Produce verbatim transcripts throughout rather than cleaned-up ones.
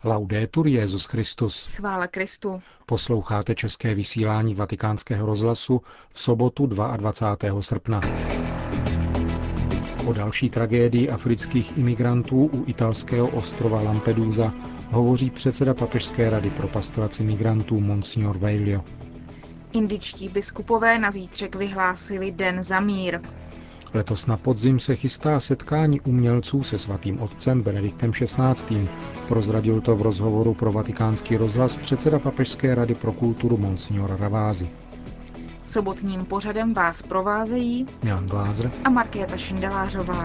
Laudetur Jesus Christus. Chvála Kristu. Posloucháte české vysílání Vatikánského rozhlasu v sobotu dvacátého druhého srpna. O další tragédii afrických imigrantů u italského ostrova Lampedusa hovoří předseda Papežské rady pro pastoraci migrantů Monsignor Veglio. Indičtí biskupové na zítřek vyhlásili Den za mír. Letos na podzim se chystá setkání umělců se svatým otcem Benediktem šestnáctým. Prozradil to v rozhovoru pro Vatikánský rozhlas předseda Papežské rady pro kulturu Monsignor Ravasi. Sobotním pořadem vás provázejí Milan Glázer a Markéta Šindelářová.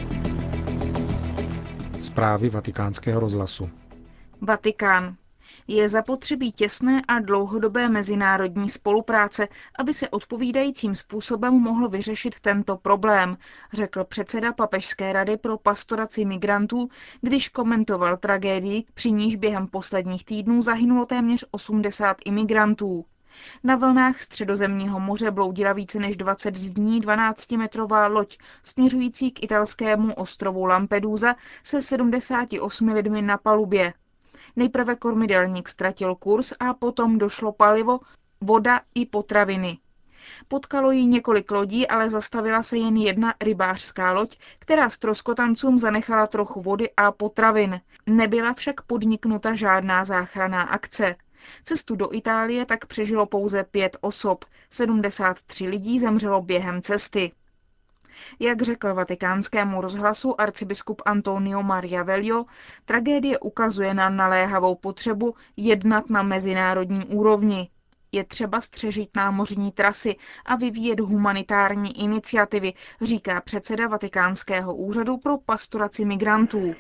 Zprávy Vatikánského rozhlasu. Vatikán. Je zapotřebí těsné a dlouhodobé mezinárodní spolupráce, aby se odpovídajícím způsobem mohl vyřešit tento problém, řekl předseda Papežské rady pro pastoraci migrantů, když komentoval tragédii, při níž během posledních týdnů zahynulo téměř osmdesát imigrantů. Na vlnách Středozemního moře bloudila více než dvacet dní dvanáctimetrová loď směřující k italskému ostrovu Lampedusa se sedmdesáti osmi lidmi na palubě. Nejprve kormidelník ztratil kurz a potom došlo palivo, voda i potraviny. Potkalo jí několik lodí, ale zastavila se jen jedna rybářská loď, která ztroskotancům zanechala trochu vody a potravin. Nebyla však podniknuta žádná záchranná akce. Cestu do Itálie tak přežilo pouze pět osob, sedmdesát tři lidí zemřelo během cesty. Jak řekl Vatikánskému rozhlasu arcibiskup Antonio Maria Veglio, tragédie ukazuje na naléhavou potřebu jednat na mezinárodní úrovni. Je třeba střežit námořní trasy a vyvíjet humanitární iniciativy, říká předseda Vatikánského úřadu pro pastoraci migrantů.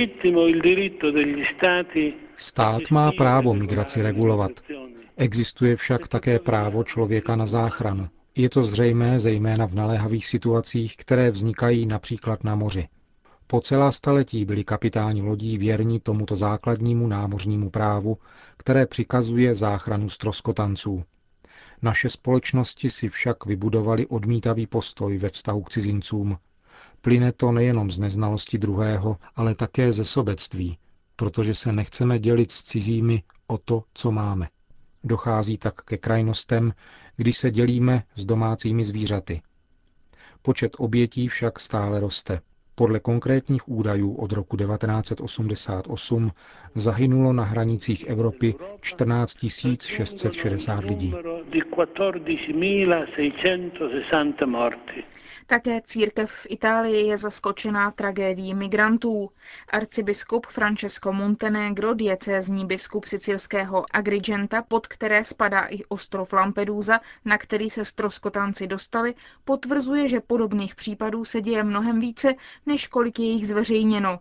Stát má právo migraci regulovat. Existuje však také právo člověka na záchranu. Je to zřejmé zejména v naléhavých situacích, které vznikají například na moři. Po celá staletí byli kapitáni lodí věrni tomuto základnímu námořnímu právu, které přikazuje záchranu ztroskotanců. Naše společnosti si však vybudovaly odmítavý postoj ve vztahu k cizincům. Plyne to nejenom z neznalosti druhého, ale také ze sobectví, protože se nechceme dělit s cizími o to, co máme. Dochází tak ke krajnostem, kdy se dělíme s domácími zvířaty. Počet obětí však stále roste. Podle konkrétních údajů od roku devatenáct set osmdesát osm zahynulo na hranicích Evropy čtrnáct tisíc šest set šedesát lidí. Také církev v Itálii je zaskočená tragédií migrantů. Arcibiskup Francesco Montenegro, diecézní biskup sicilského Agrigenta, pod které spadá i ostrov Lampedusa, na který se ztroskotanci dostali, potvrzuje, že podobných případů se děje mnohem více, než kolik je jich zveřejněno.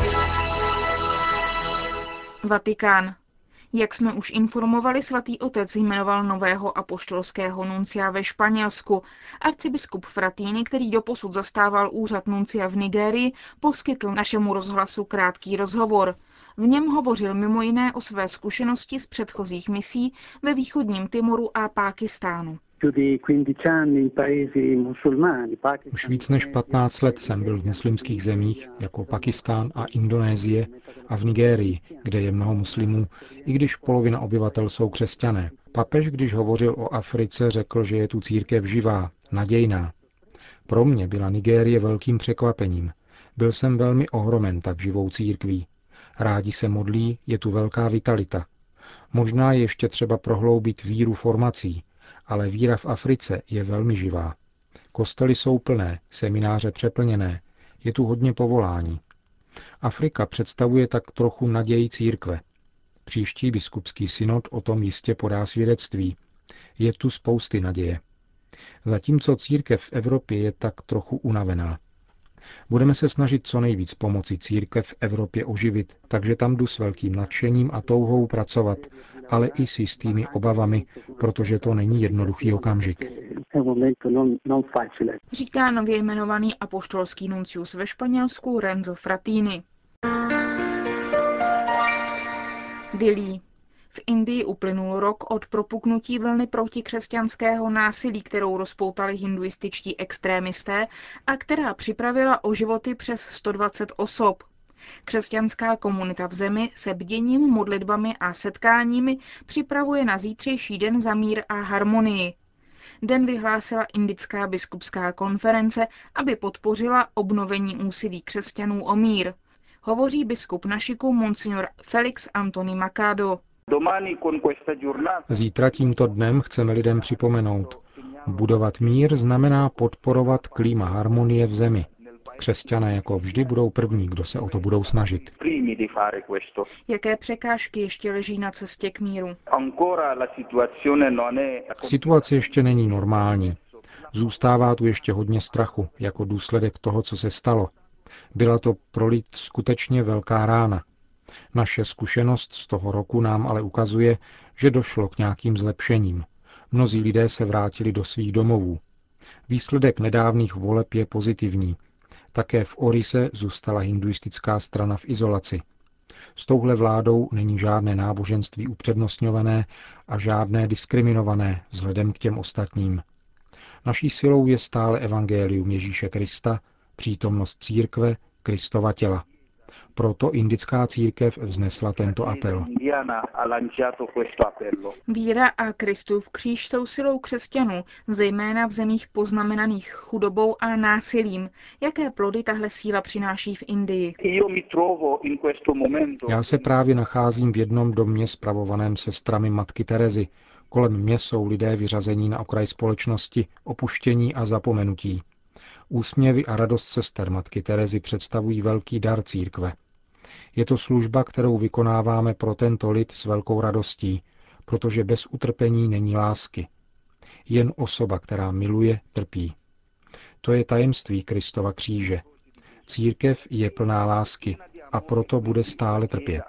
Vatikán. Jak jsme už informovali, svatý otec jmenoval nového apoštolského nuncia ve Španělsku. Arcibiskup Frattini, který doposud zastával úřad nuncia v Nigérii, poskytl našemu rozhlasu krátký rozhovor. V něm hovořil mimo jiné o své zkušenosti z předchozích misí ve východním Timoru a Pákistánu. Už víc než patnáct let jsem byl v muslimských zemích, jako Pakistán a Indonésie, a v Nigérii, kde je mnoho muslimů, i když polovina obyvatel jsou křesťané. Papež, když hovořil o Africe, řekl, že je tu církev živá, nadějná. Pro mě byla Nigérie velkým překvapením. Byl jsem velmi ohromen tak živou církví. Rádi se modlí, je tu velká vitalita. Možná je ještě třeba prohloubit víru formací, ale víra v Africe je velmi živá. Kostely jsou plné, semináře přeplněné, je tu hodně povolání. Afrika představuje tak trochu naději církve. Příští biskupský synod o tom jistě podá svědectví. Je tu spousty naděje. Zatímco církev v Evropě je tak trochu unavená. Budeme se snažit co nejvíc pomoci církev v Evropě oživit, takže tam jdu s velkým nadšením a touhou pracovat, ale i s jistými obavami, protože to není jednoduchý okamžik. Říká nově jmenovaný apoštolský nuncius ve Španělsku Renzo Frattini. Dillí. V Indii uplynul rok od propuknutí vlny protikřesťanského násilí, kterou rozpoutali hinduističtí extrémisté a která připravila o životy přes sto dvacet osob. Křesťanská komunita v zemi se bděním, modlitbami a setkáními připravuje na zítřejší den za mír a harmonii. Den vyhlásila Indická biskupská konference, aby podpořila obnovení úsilí křesťanů o mír. Hovoří biskup Našiku monsignor Felix Antony Machado. Zítra tímto dnem chceme lidem připomenout. Budovat mír znamená podporovat klima harmonie v zemi. Křesťané jako vždy budou první, kdo se o to budou snažit. Jaké překážky ještě leží na cestě k míru? Situace ještě není normální. Zůstává tu ještě hodně strachu, jako důsledek toho, co se stalo. Byla to pro lid skutečně velká rána. Naše zkušenost z toho roku nám ale ukazuje, že došlo k nějakým zlepšením. Mnozí lidé se vrátili do svých domovů. Výsledek nedávných voleb je pozitivní. Také v Orise zůstala hinduistická strana v izolaci. S touhle vládou není žádné náboženství upřednostňované a žádné diskriminované vzhledem k těm ostatním. Naší silou je stále evangelium Ježíše Krista, přítomnost církve, Kristova těla. Proto indická církev vznesla tento apel. Víra a Kristův kříž jsou silou křesťanů, zejména v zemích poznamenaných chudobou a násilím. Jaké plody tahle síla přináší v Indii? Já se právě nacházím v jednom domě spravovaném sestrami matky Terezy. Kolem mě jsou lidé vyřazení na okraj společnosti, opuštění a zapomenutí. Úsměvy a radost sester matky Terezy představují velký dar církve. Je to služba, kterou vykonáváme pro tento lid s velkou radostí, protože bez utrpení není lásky. Jen osoba, která miluje, trpí. To je tajemství Kristova kříže. Církev je plná lásky a proto bude stále trpět.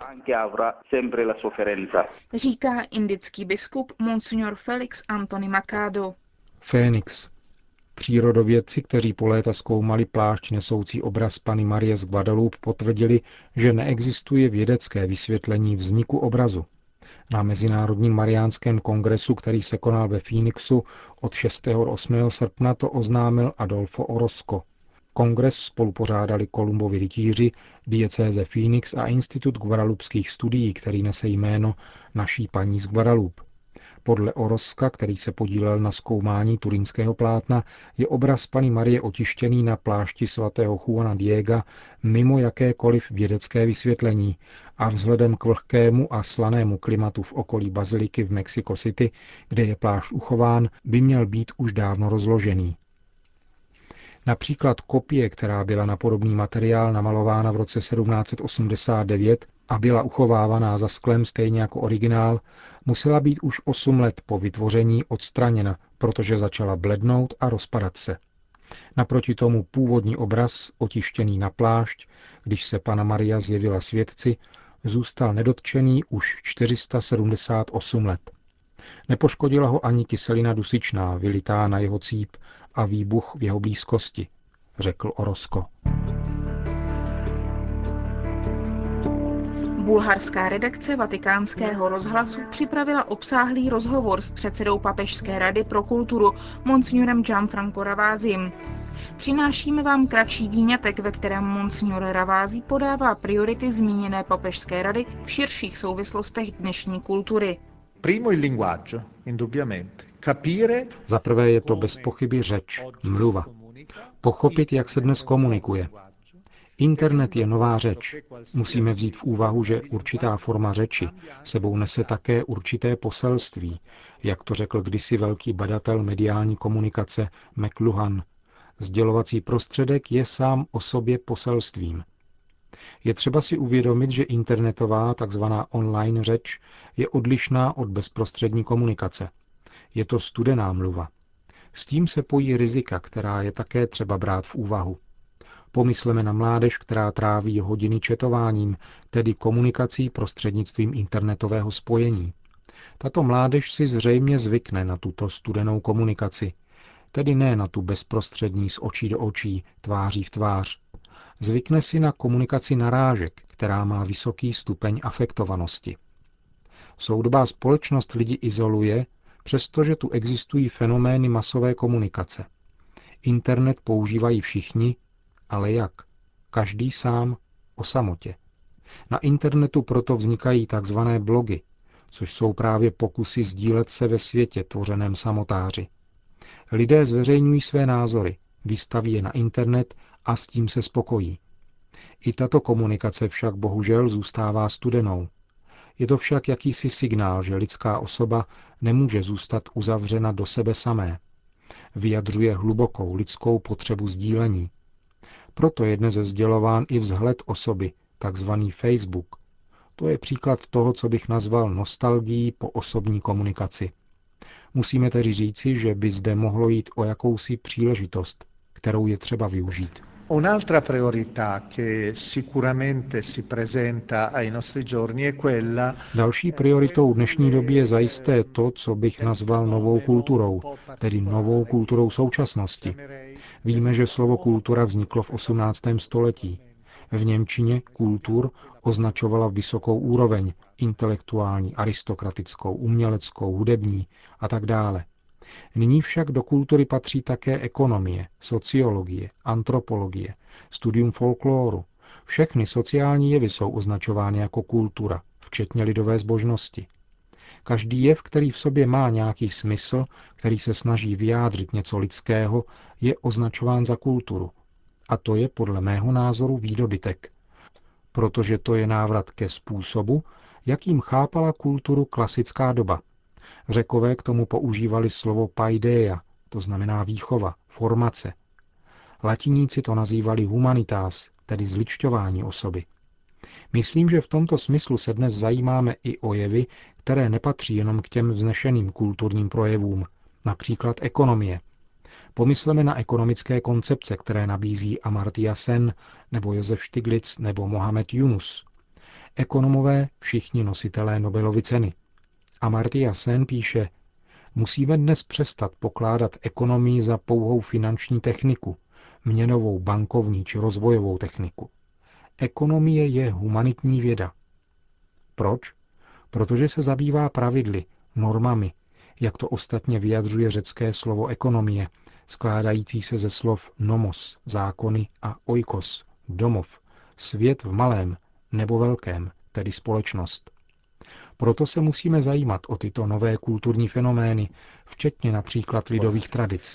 Říká indický biskup monsignor Felix Antony Machado. Fénix. Přírodovědci, kteří po léta zkoumali plášť nesoucí obraz Panny Marie z Guadalupe, potvrdili, že neexistuje vědecké vysvětlení vzniku obrazu. Na Mezinárodním mariánském kongresu, který se konal ve Phoenixu od šestého do osmého srpna, to oznámil Adolfo Orozco. Kongres spolupořádali Kolumbovi rytíři, diecéze Phoenix a Institut guadalupských studií, který nese jméno Naší paní z Guadalupe. Podle Orozca, který se podílel na zkoumání turínského plátna, je obraz Panny Marie otištěný na plášti svatého Juana Diega mimo jakékoliv vědecké vysvětlení a vzhledem k vlhkému a slanému klimatu v okolí baziliky v Mexico City, kde je plášť uchován, by měl být už dávno rozložený. Například kopie, která byla na podobný materiál namalována v roce sedmnáct set osmdesát devět a byla uchovávaná za sklem stejně jako originál, musela být už osm let po vytvoření odstraněna, protože začala blednout a rozpadat se. Naproti tomu původní obraz, otištěný na plášť, když se Panna Maria zjevila světci, zůstal nedotčený už čtyři sta sedmdesát osm let. Nepoškodila ho ani kyselina dusičná, vylitá na jeho cíp a výbuch v jeho blízkosti, řekl Orozco. Bulharská redakce Vatikánského rozhlasu připravila obsáhlý rozhovor s předsedou Papežské rady pro kulturu, monsignorem Gianfranco Ravazim. Přinášíme vám kratší výňatek, ve kterém monsignor Ravasi podává priority zmíněné Papežské rady v širších souvislostech dnešní kultury. Za prvé je to bez pochyby řeč, mluva. Pochopit, jak se dnes komunikuje. Internet je nová řeč. Musíme vzít v úvahu, že určitá forma řeči sebou nese také určité poselství, jak to řekl kdysi velký badatel mediální komunikace McLuhan. Sdělovací prostředek je sám o sobě poselstvím. Je třeba si uvědomit, že internetová, takzvaná online řeč je odlišná od bezprostřední komunikace. Je to studená mluva. S tím se pojí rizika, která je také třeba brát v úvahu. Pomysleme na mládež, která tráví hodiny četováním, tedy komunikací prostřednictvím internetového spojení. Tato mládež si zřejmě zvykne na tuto studenou komunikaci, tedy ne na tu bezprostřední z očí do očí, tváří v tvář. Zvykne si na komunikaci narážek, která má vysoký stupeň afektovanosti. Soudobá společnost lidi izoluje, přestože tu existují fenomény masové komunikace. Internet používají všichni, ale jak? Každý sám, o samotě. Na internetu proto vznikají tzv. Blogy, což jsou právě pokusy sdílet se ve světě tvořeném samotáři. Lidé zveřejňují své názory, vystaví je na internet a s tím se spokojí. I tato komunikace však bohužel zůstává studenou. Je to však jakýsi signál, že lidská osoba nemůže zůstat uzavřena do sebe samé. Vyjadřuje hlubokou lidskou potřebu sdílení. Proto je dnes sdělován i vzhled osoby, takzvaný Facebook. To je příklad toho, co bych nazval nostalgií po osobní komunikaci. Musíme tedy říci, že by zde mohlo jít o jakousi příležitost, kterou je třeba využít. Un'altra priorità che sicuramente si presenta ai nostri giorni è quella. Další prioritou dnešní doby je zajisté to, co bych nazval novou kulturou, tedy novou kulturou současnosti. Víme, že slovo kultura vzniklo v osmnáctém století. V němčině kultur označovala vysokou úroveň, intelektuální, aristokratickou, uměleckou, hudební a tak dále. Nyní však do kultury patří také ekonomie, sociologie, antropologie, studium folklóru. Všechny sociální jevy jsou označovány jako kultura, včetně lidové zbožnosti. Každý jev, který v sobě má nějaký smysl, který se snaží vyjádřit něco lidského, je označován za kulturu. A to je podle mého názoru výdobytek. Protože to je návrat ke způsobu, jakým chápala kulturu klasická doba. Řekové k tomu používali slovo paideia, to znamená výchova, formace. Latiníci to nazývali humanitas, tedy zličťování osoby. Myslím, že v tomto smyslu se dnes zajímáme i o jevy, které nepatří jenom k těm vznešeným kulturním projevům, například ekonomie. Pomysleme na ekonomické koncepce, které nabízí Amartya Sen, nebo Josef Stiglitz, nebo Mohamed Yunus. Ekonomové, všichni nositelé Nobelovy ceny. Amartya Sen píše, musíme dnes přestat pokládat ekonomii za pouhou finanční techniku, měnovou, bankovní či rozvojovou techniku. Ekonomie je humanitní věda. Proč? Protože se zabývá pravidly, normami, jak to ostatně vyjadřuje řecké slovo ekonomie, skládající se ze slov nomos, zákony, a oikos, domov, svět v malém nebo velkém, tedy společnost. Proto se musíme zajímat o tyto nové kulturní fenomény, včetně například lidových tradic.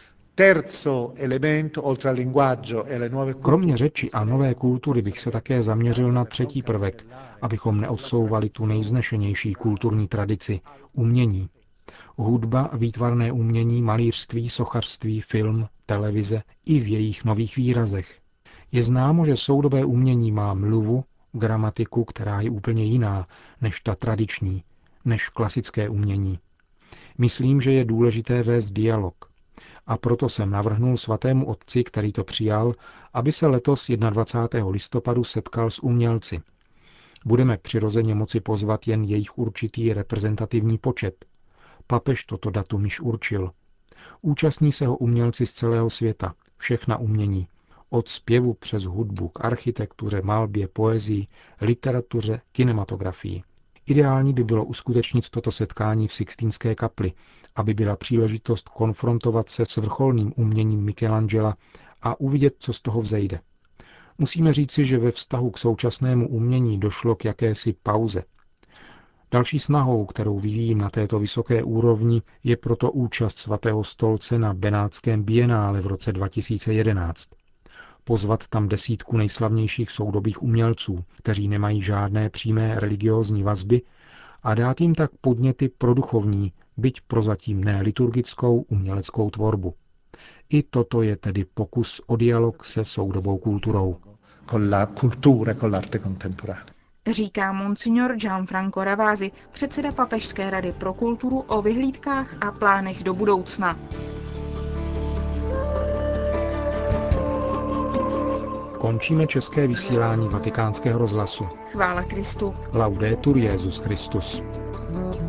Kromě řeči a nové kultury bych se také zaměřil na třetí prvek, abychom neodsouvali tu nejvznešenější kulturní tradici, umění. Hudba, výtvarné umění, malířství, sochařství, film, televize i v jejich nových výrazech. Je známo, že soudobé umění má mluvu, gramatiku, která je úplně jiná než ta tradiční, než klasické umění. Myslím, že je důležité vést dialog. A proto jsem navrhnul svatému otci, který to přijal, aby se letos dvacátého prvního listopadu setkal s umělci. Budeme přirozeně moci pozvat jen jejich určitý reprezentativní počet. Papež toto datum již určil. Účastní se ho umělci z celého světa, všechna umění. Od zpěvu přes hudbu k architektuře, malbě, poezii, literatuře, kinematografii. Ideální by bylo uskutečnit toto setkání v Sixtínské kapli, aby byla příležitost konfrontovat se s vrcholným uměním Michelangela a uvidět, co z toho vzejde. Musíme říci, že ve vztahu k současnému umění došlo k jakési pauze. Další snahou, kterou vyvíjím na této vysoké úrovni, je proto účast svatého stolce na Benátském bienále v roce dva tisíce jedenáct. Pozvat tam desítku nejslavnějších soudobých umělců, kteří nemají žádné přímé religiózní vazby, a dát jim tak podněty pro duchovní, byť prozatím ne liturgickou uměleckou tvorbu. I toto je tedy pokus o dialog se soudobou kulturou. Říká monsignor Gianfranco Ravasi, předseda Papežské rady pro kulturu, o vyhlídkách a plánech do budoucna. Končíme české vysílání Vatikánského rozhlasu. Chvála Kristu. Laudetur Jesus Christus.